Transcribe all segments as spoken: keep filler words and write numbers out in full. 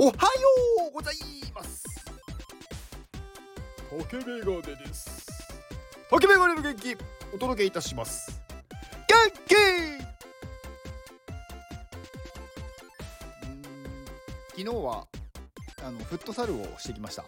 おはようございます。竹メガネです。竹メガネの元気お届けいたします。元気昨日はあのフットサルをしてきました。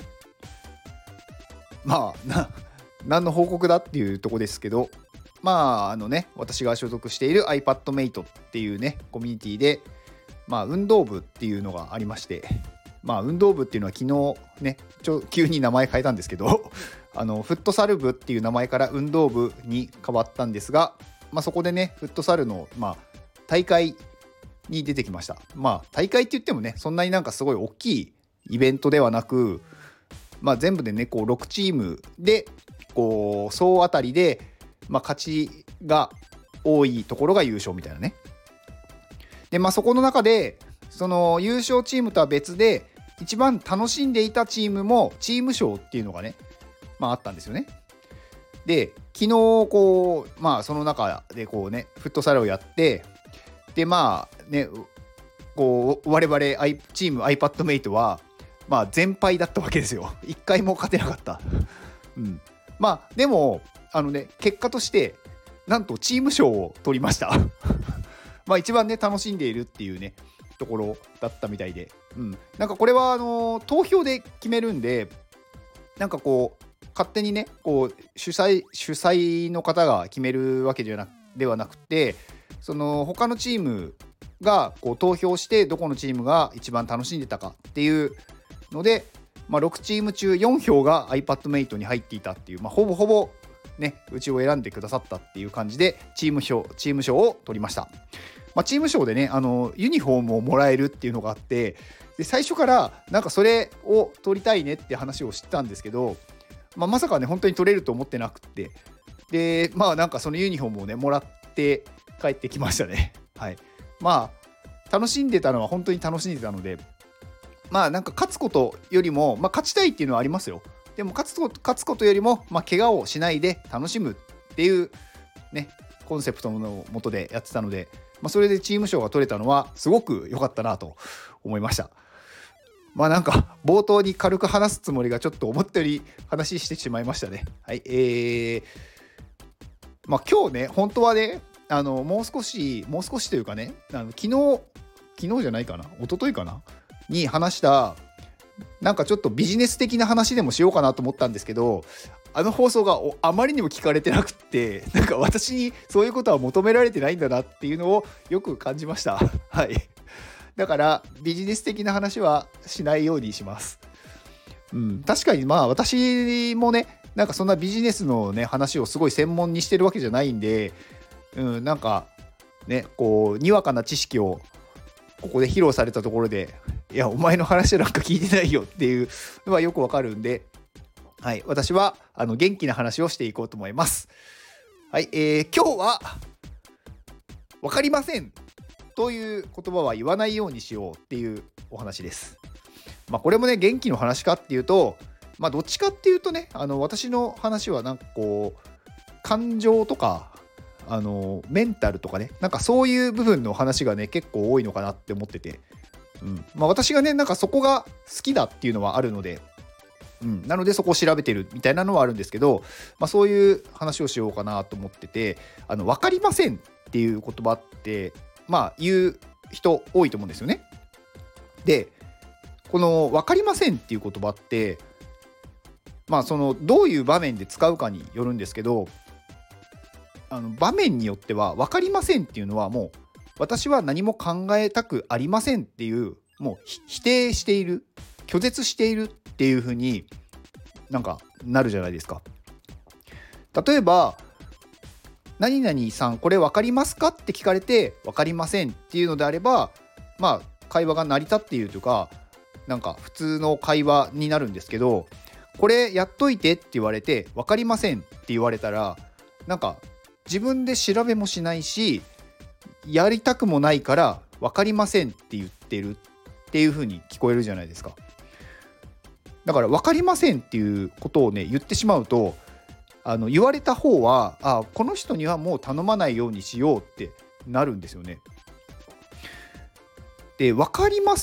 まあな何の報告だっていうとこですけど、まああのね私が所属している iPadMate っていうねコミュニティで、まあ運動部っていうのがありまして、まあ運動部っていうのは昨日ねちょ急に名前変えたんですけどあのフットサル部っていう名前から運動部に変わったんですが、まあそこでねフットサルのまあ大会に出てきました。まあ大会って言ってもねそんなになんかすごい大きいイベントではなく、まあ全部でねこうろくチームでこう総当たりで、まあ、勝ちが多いところが優勝みたいなね。でまあそこの中でその優勝チームとは別で一番楽しんでいたチームもチーム賞っていうのがねまああったんですよね。で昨日こうまあその中でこうねフットサルをやって、でまあねこう我々チーム iPadMate はまあ全敗だったわけですよ。一回も勝てなかった。うん。まあでもあのね結果としてなんとチーム賞を取りました。まあ一番ね楽しんでいるっていうねところだったみたいで、うん、なんかこれはあのー、投票で決めるんで、なんかこう勝手にねこう主催主催の方が決めるわけではなではなくて、その他のチームがこう投票してどこのチームが一番楽しんでたかっていうので、まあ、ろくチーム中よん票が iPadMate に入っていたっていう、まあ、ほぼほぼねうちを選んでくださったっていう感じでチーム賞チーム賞を取りました。まあ、チーム賞でねあのユニフォームをもらえるっていうのがあって、で最初からなんかそれを取りたいねって話を知ったんですけど、まあ、まさかね本当に取れると思ってなくって、でまあなんかそのユニフォームをねもらって帰ってきましたね。はい。まあ楽しんでたのは本当に楽しんでたので、まあなんか勝つことよりも、まあ、勝ちたいっていうのはありますよ。でも勝つこと勝つことよりも、まあ、怪我をしないで楽しむっていうねコンセプトのもとでやってたので、まあ、それでチーム賞が取れたのはすごく良かったなと思いました。まあなんか冒頭に軽く話すつもりがちょっと思ったより話してしまいましたね。はい。えー、まあ今日ね本当はねあのもう少しもう少しというかねあの昨日昨日じゃないかな一昨日かなに話したなんかちょっとビジネス的な話でもしようかなと思ったんですけど、あの放送があまりにも聞かれてなくって、なんか私にそういうことは求められてないんだなっていうのをよく感じました。はい。だからビジネス的な話はしないようにします。うん、確かにまあ私もねなんかそんなビジネスのね話をすごい専門にしてるわけじゃないんで、うん、なんかねこうにわかな知識をここで披露されたところで、いやお前の話なんか聞いてないよっていうのはよくわかるんで、はい、私はあの元気な話をしていこうと思います。はい、えー、今日はわかりませんという言葉は言わないようにしようっていうお話です。まあこれもね元気の話かっていうと、まあどっちかっていうとねあの私の話はなんかこう感情とかあのメンタルとかねなんかそういう部分の話がね結構多いのかなって思ってて、うんまあ、私がねなんかそこが好きだっていうのはあるので、うん、なのでそこを調べてるみたいなのはあるんですけど、まあ、そういう話をしようかなと思ってて、あの分かりませんっていう言葉ってまあ言う人多いと思うんですよね。でこの分かりませんっていう言葉ってまあそのどういう場面で使うかによるんですけど、あの場面によっては分かりませんっていうのはもう私は何も考えたくありませんっていうもう否定している拒絶しているっていう風になんかなるじゃないですか。例えば何々さんこれ分かりますかって聞かれて分かりませんっていうのであれば、まあ会話が成り立っているというかなんか普通の会話になるんですけど、これやっといてって言われて分かりませんって言われたらなんか自分で調べもしないしやりたくもないから分かりませんって言ってるっていう風に聞こえるじゃないですか。だから分かりませんっていうことをね言ってしまうと、あの言われた方はあこの人にはもう頼まないようにしようってなるんですよね。で分かりませんっ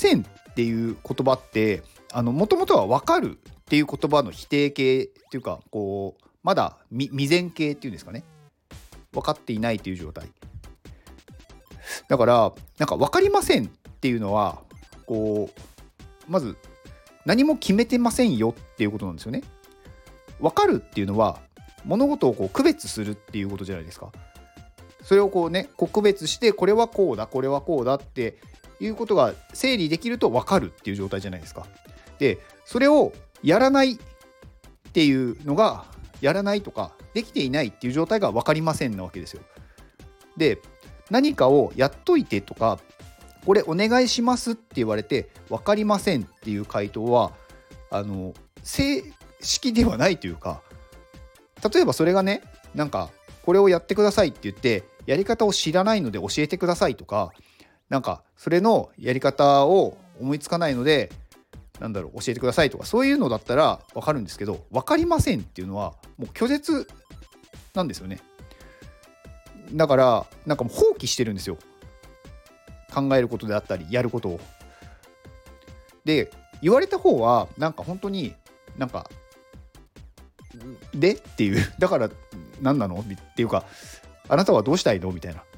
っていう言葉ってもともとは分かるっていう言葉の否定形っていうか、こうまだ未然形っていうんですかね、分かっていないという状態だから、なんか分かりませんっていうのはこうまず何も決めてませんよっていうことなんですよね。分かるっていうのは物事をこう区別するっていうことじゃないですか。それをこうねこう区別して、これはこうだこれはこうだっていうことが整理できると分かるっていう状態じゃないですか。でそれをやらないっていうのが、やらないとかできていないっていう状態が分かりませんなわけですよ。で何かをやっといてとか、これお願いしますって言われて分かりませんっていう回答はあの正式ではないというか、例えばそれがね、なんかこれをやってくださいって言ってやり方を知らないので教えてくださいとか、なんかそれのやり方を思いつかないのでなんだろう教えてくださいとか、そういうのだったら分かるんですけど、分かりませんっていうのはもう拒絶なんですよね。だからなんかもう放棄してるんですよ、考えることであったりやることを。で言われた方はなんか本当になんかでっていう、だから何なのっていうか、あなたはどうしたいのみたいな、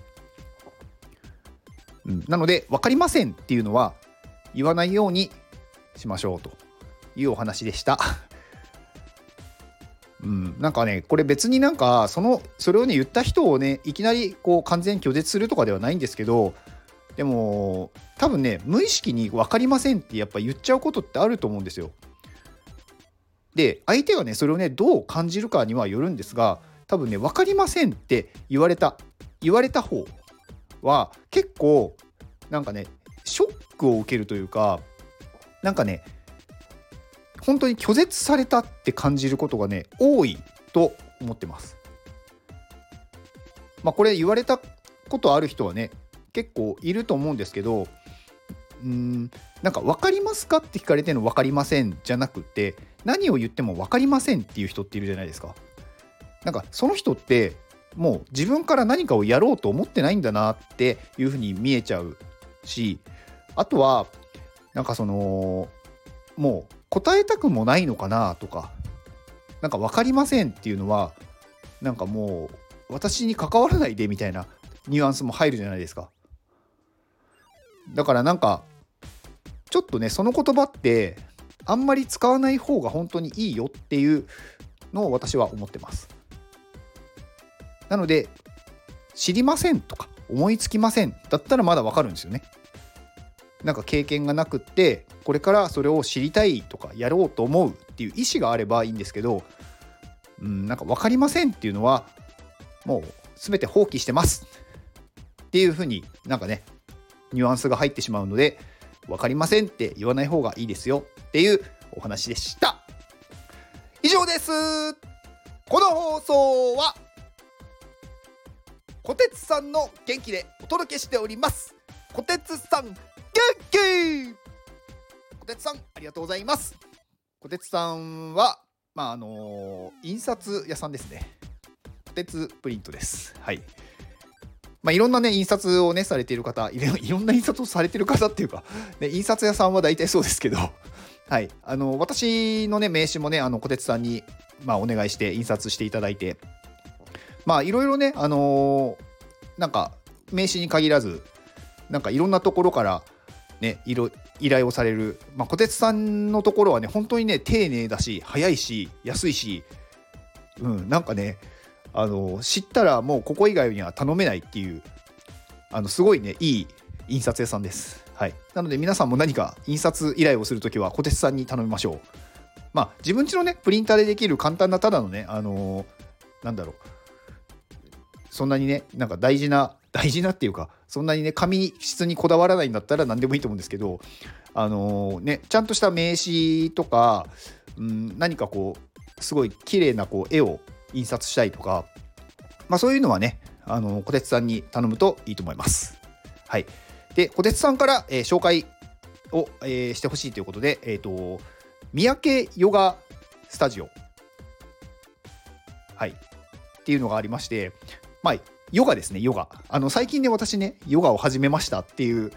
うん、なので分かりませんっていうのは言わないようにしましょうというお話でした。うん、なんかねこれ別になんかそのそれをね言った人をねいきなりこう完全拒絶するとかではないんですけど、でも多分ね無意識に分かりませんってやっぱ言っちゃうことってあると思うんですよ。で相手がねそれをねどう感じるかにはよるんですが、多分ね分かりませんって言われた言われた方は結構なんかねショックを受けるというか、なんかね本当に拒絶されたって感じることがね多いと思ってます。まあこれ言われたことある人はね結構いると思うんですけど、うーんなんか分かりますかって聞かれての分かりませんじゃなくて、何を言っても分かりませんっていう人っているじゃないですか。なんかその人ってもう自分から何かをやろうと思ってないんだなっていうふうに見えちゃうし、あとはなんかそのもう答えたくもないのかなとか、なんか分かりませんっていうのはなんかもう私に関わらないでみたいなニュアンスも入るじゃないですか。だからなんかちょっとねその言葉ってあんまり使わない方が本当にいいよっていうのを私は思ってます。なので知りませんとか思いつきませんだったらまだわかるんですよね。なんか経験がなくってこれからそれを知りたいとかやろうと思うっていう意思があればいいんですけど、うん、なんか分かりませんっていうのはもう全て放棄してますっていう風になんかねニュアンスが入ってしまうので、分かりませんって言わない方がいいですよっていうお話でした。以上です。この放送はこてつさんの元気でお届けしております。こてつさん元気、こてつさんありがとうございます。こてつさんはまああのー、印刷屋さんですね。こてつプリントです。はい。まあいろんなね印刷をねされている方、いろいろんな印刷をされている方っていうか、ね、印刷屋さんは大体そうですけど、はい、あの私のね名刺もねあのこてつさんにまあお願いして印刷していただいて、まあいろいろねあのー、なんか名刺に限らずなんかいろんなところからねいろ依頼をされる、まあ、こてつさんのところはね本当にね丁寧だし早いし安いし、うん、なんかねあの知ったらもうここ以外には頼めないっていうあのすごいねいい印刷屋さんです。はい、なので皆さんも何か印刷依頼をするときはこてつさんに頼みましょう。まあ自分家のねプリンターでできる簡単なただのねあのー、なんだろうそんなにねなんか大事な大事なっていうかそんなにね紙質にこだわらないんだったら何でもいいと思うんですけど、あのー、ねちゃんとした名刺とか、うん、何かこうすごい綺麗なこう絵を印刷したいとか、まあそういうのはねあのこてつさんに頼むといいと思います。はい。でこてつさんから、えー、紹介を、えー、してほしいということで、えっと三宅ヨガスタジオ、はいっていうのがありまして、まあヨガですねヨガ。あの最近ね私ねヨガを始めましたっていう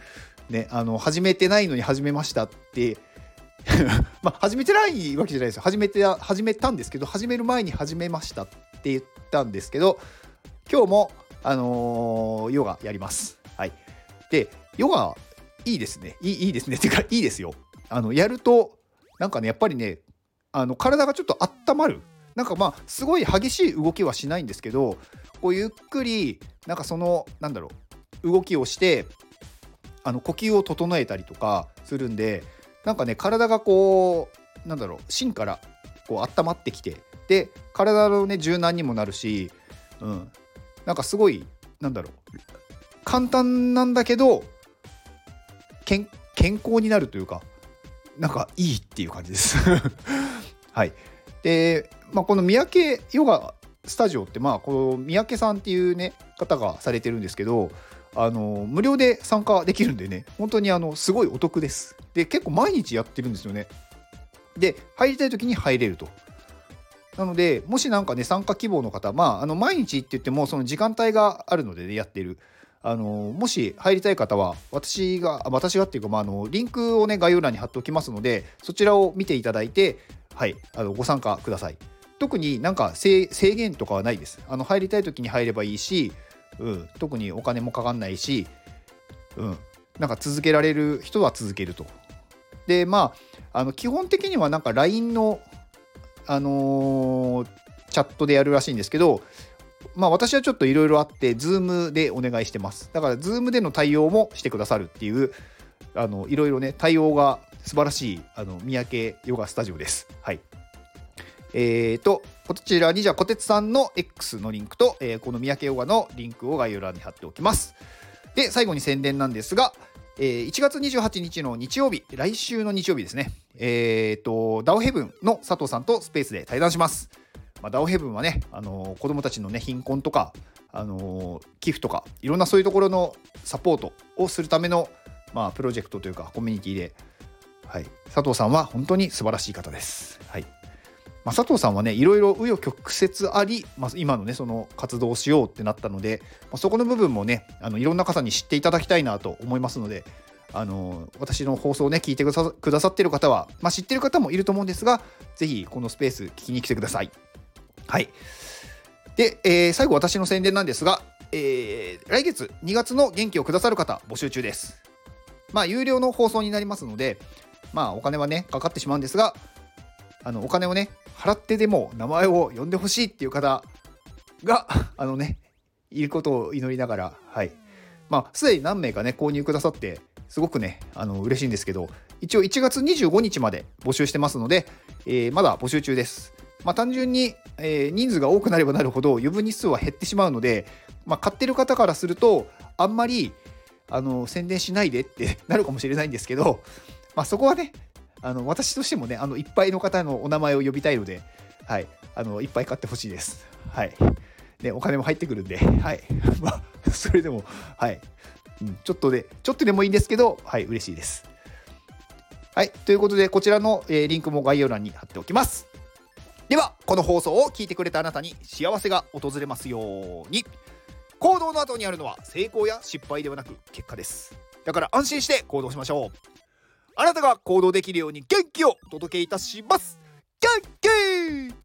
ね、あの始めてないのに始めましたってまあ始めてないわけじゃないですよ。始めて始めたんですけど、始める前に始めましたって言ったんですけど、今日もあのー、ヨガやります。はい。でヨガいいですね。いいいいですねっていうかいいですよ。あのやるとなんかねやっぱりね、あの体がちょっと温まる。なんかまあすごい激しい動きはしないんですけど、こうゆっくりなんかそのなんだろう動きをしてあの呼吸を整えたりとかするんで、なんかね体がこうなんだろう芯からこう温まってきて、で体のね柔軟にもなるし、うん、なんかすごいなんだろう簡単なんだけど健健康になるというか、なんかいいっていう感じですはい。で、まあ、この三宅ヨガスタジオって、まあこの三宅さんっていうね方がされてるんですけど、あの無料で参加できるんでね、本当にあのすごいお得です。で結構毎日やってるんですよね。で入りたい時に入れると。なのでもしなんかね参加希望の方、まああの毎日って言ってもその時間帯があるのでねやってる。あのもし入りたい方は私が私がっていうか、まあ、あのリンクをね概要欄に貼っておきますので、そちらを見ていただいて、はい、あのご参加ください。特になんか制限とかはないです。あの入りたい時に入ればいいし、うん、特にお金もかかんないし、うん、なんか続けられる人は続けると。でまああの基本的にはなんか ライン の、あのー、チャットでやるらしいんですけど、まあ私はちょっといろいろあって Zoom でお願いしてます。だから Zoom での対応もしてくださるっていう、あのいろいろね対応が素晴らしいあの三宅ヨガスタジオです。はい。えーとこちらにじゃあ小鉄さんの X のリンクと、えー、この三宅ヨガのリンクを概要欄に貼っておきます。で最後に宣伝なんですが、えー、いちがつにじゅうはちにちの日曜日、来週の日曜日ですね、えーとダオヘブンの佐藤さんとスペースで対談します。まあ、ダオヘブンはね、あのー、子どもたちの、ね、貧困とか、あのー、寄付とかいろんなそういうところのサポートをするための、まあ、プロジェクトというかコミュニティで、はい、佐藤さんは本当に素晴らしい方です。はい。まあ、佐藤さんはねいろいろ紆余曲折あり、まあ、今のねその活動をしようってなったので、まあ、そこの部分もねあのいろんな方に知っていただきたいなと思いますので、あの私の放送をね聞いてくださ、くださっている方は、まあ、知っている方もいると思うんですが、ぜひこのスペース聞きに来てください。はい。で、えー、最後私の宣伝なんですが、えー、来月にがつの元気をくださる方募集中です。まあ有料の放送になりますので、まあお金はねかかってしまうんですが、あのお金をね払ってでも名前を呼んでほしいっていう方があのねいることを祈りながら、はい。まあすでに何名かね購入くださってすごくねあの嬉しいんですけど、一応いちがつにじゅうごにちまで募集してますので、えー、まだ募集中です。まあ、単純に、えー、人数が多くなればなるほど余分日数は減ってしまうので、まあ、買ってる方からするとあんまりあの宣伝しないでってなるかもしれないんですけど、まあ、そこはねあの私としてもねあのいっぱいの方のお名前を呼びたいので、はい、あのいっぱい買ってほしいです。はい。ね、お金も入ってくるんで、はい。まあ、それでも、はい、うん。ちょっとで、ちょっとでもいいんですけど、はい、嬉しいです。はい。ということで、こちらの、えー、リンクも概要欄に貼っておきます。ではこの放送を聞いてくれたあなたに幸せが訪れますように。行動の後にあるのは成功や失敗ではなく結果です。だから安心して行動しましょう。あなたが行動できるように元気をお届けいたします。元気